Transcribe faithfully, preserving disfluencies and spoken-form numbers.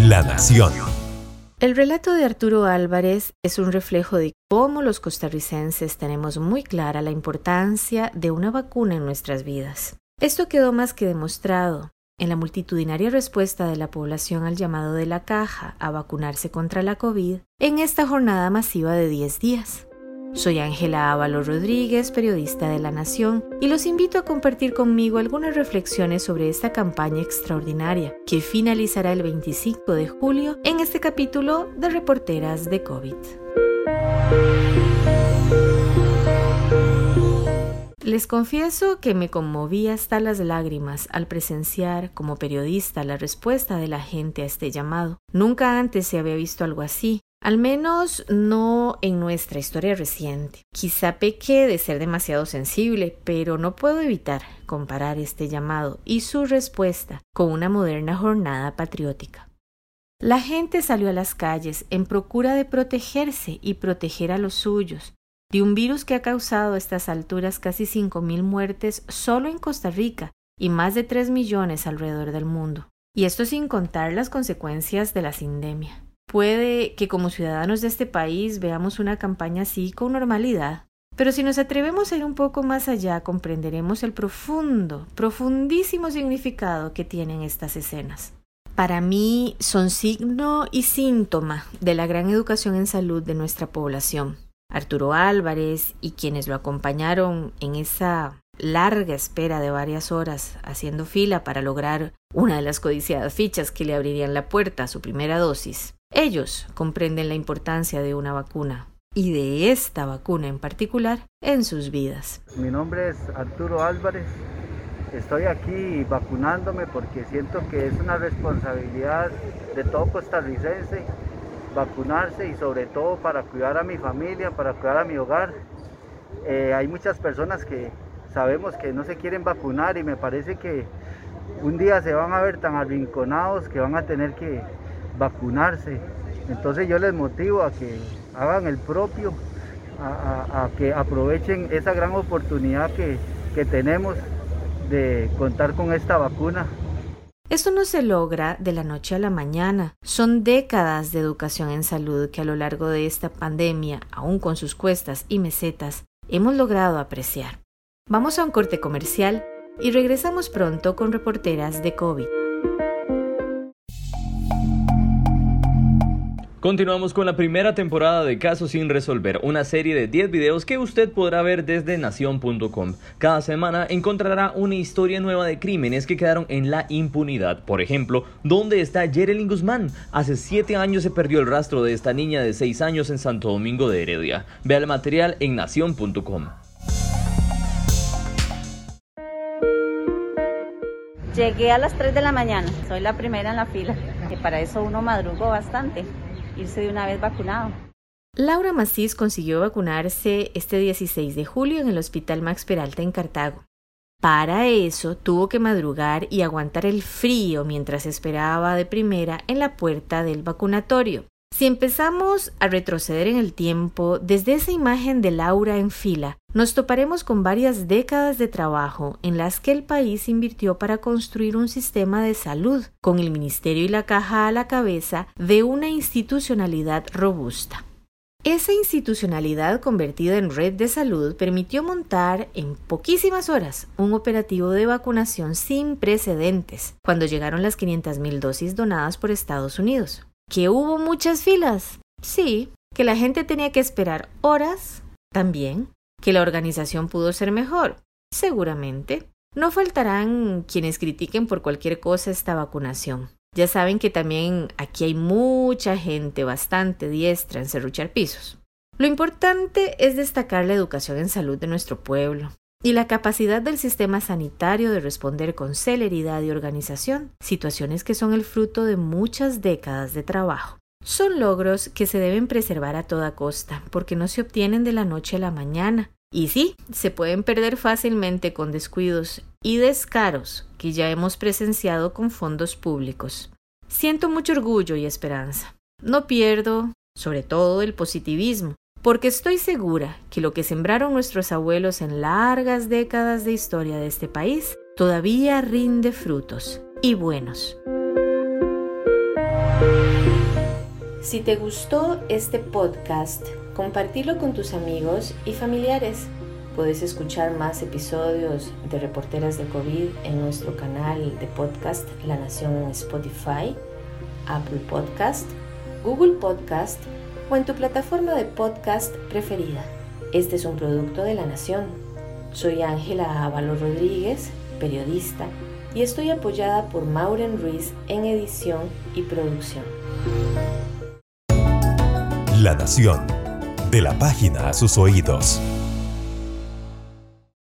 La Nación. El relato de Arturo Álvarez es un reflejo de cómo los costarricenses tenemos muy clara la importancia de una vacuna en nuestras vidas. Esto quedó más que demostrado en la multitudinaria respuesta de la población al llamado de la Caja a vacunarse contra la COVID en esta jornada masiva de diez días. Soy Ángela Ábalos Rodríguez, periodista de La Nación, y los invito a compartir conmigo algunas reflexiones sobre esta campaña extraordinaria que finalizará el veinticinco de julio en este capítulo de Reporteras de COVID. Les confieso que me conmoví hasta las lágrimas al presenciar como periodista la respuesta de la gente a este llamado. Nunca antes se había visto algo así. Al menos no en nuestra historia reciente. Quizá pequé de ser demasiado sensible, pero no puedo evitar comparar este llamado y su respuesta con una moderna jornada patriótica. La gente salió a las calles en procura de protegerse y proteger a los suyos de un virus que ha causado a estas alturas casi cinco mil muertes solo en Costa Rica y más de tres millones alrededor del mundo. Y esto sin contar las consecuencias de la sindemia. Puede que como ciudadanos de este país veamos una campaña así con normalidad, pero si nos atrevemos a ir un poco más allá, comprenderemos el profundo, profundísimo significado que tienen estas escenas. Para mí son signo y síntoma de la gran educación en salud de nuestra población. Arturo Álvarez y quienes lo acompañaron en esa larga espera de varias horas haciendo fila para lograr una de las codiciadas fichas que le abrirían la puerta a su primera dosis. Ellos comprenden la importancia de una vacuna y de esta vacuna en particular en sus vidas. Mi nombre es Arturo Álvarez. Estoy aquí vacunándome porque siento que es una responsabilidad de todo costarricense vacunarse y sobre todo para cuidar a mi familia, para cuidar a mi hogar. Eh, hay muchas personas que sabemos que no se quieren vacunar y me parece que un día se van a ver tan arrinconados que van a tener que vacunarse. Entonces yo les motivo a que hagan el propio, a, a, a que aprovechen esa gran oportunidad que, que tenemos de contar con esta vacuna. Esto no se logra de la noche a la mañana. Son décadas de educación en salud que a lo largo de esta pandemia, aún con sus cuestas y mesetas, hemos logrado apreciar. Vamos a un corte comercial y regresamos pronto con Reporteras de COVID. Continuamos con la primera temporada de Casos sin resolver, una serie de diez videos que usted podrá ver desde nación punto com. Cada semana encontrará una historia nueva de crímenes que quedaron en la impunidad. Por ejemplo, ¿dónde está Yerelyn Guzmán? Hace siete años se perdió el rastro de esta niña de seis años en Santo Domingo de Heredia. Vea el material en nación punto com. Llegué a las tres de la mañana, soy la primera en la fila, y para eso uno madrugó bastante. Irse de una vez vacunado. Laura Macís consiguió vacunarse este dieciséis de julio en el Hospital Max Peralta en Cartago. Para eso tuvo que madrugar y aguantar el frío mientras esperaba de primera en la puerta del vacunatorio. Si empezamos a retroceder en el tiempo, desde esa imagen de Laura en fila, nos toparemos con varias décadas de trabajo en las que el país invirtió para construir un sistema de salud, con el Ministerio y la Caja a la cabeza de una institucionalidad robusta. Esa institucionalidad convertida en red de salud permitió montar en poquísimas horas un operativo de vacunación sin precedentes, cuando llegaron las quinientas mil dosis donadas por Estados Unidos. ¿Que hubo muchas filas? Sí. ¿Que la gente tenía que esperar horas? También. ¿Que la organización pudo ser mejor? Seguramente. No faltarán quienes critiquen por cualquier cosa esta vacunación. Ya saben que también aquí hay mucha gente bastante diestra en serruchar pisos. Lo importante es destacar la educación en salud de nuestro pueblo y la capacidad del sistema sanitario de responder con celeridad y organización, situaciones que son el fruto de muchas décadas de trabajo. Son logros que se deben preservar a toda costa, porque no se obtienen de la noche a la mañana. Y sí, se pueden perder fácilmente con descuidos y descaros que ya hemos presenciado con fondos públicos. Siento mucho orgullo y esperanza. No pierdo, sobre todo, el positivismo, porque estoy segura que lo que sembraron nuestros abuelos en largas décadas de historia de este país todavía rinde frutos, y buenos. Si te gustó este podcast, compartilo con tus amigos y familiares. Puedes escuchar más episodios de Reporteras de COVID en nuestro canal de podcast La Nación en Spotify, Apple Podcast, Google Podcast o en tu plataforma de podcast preferida. Este es un producto de La Nación. Soy Ángela Ávalo Rodríguez, periodista, y estoy apoyada por Maureen Ruiz en edición y producción. La Nación, de la página a sus oídos.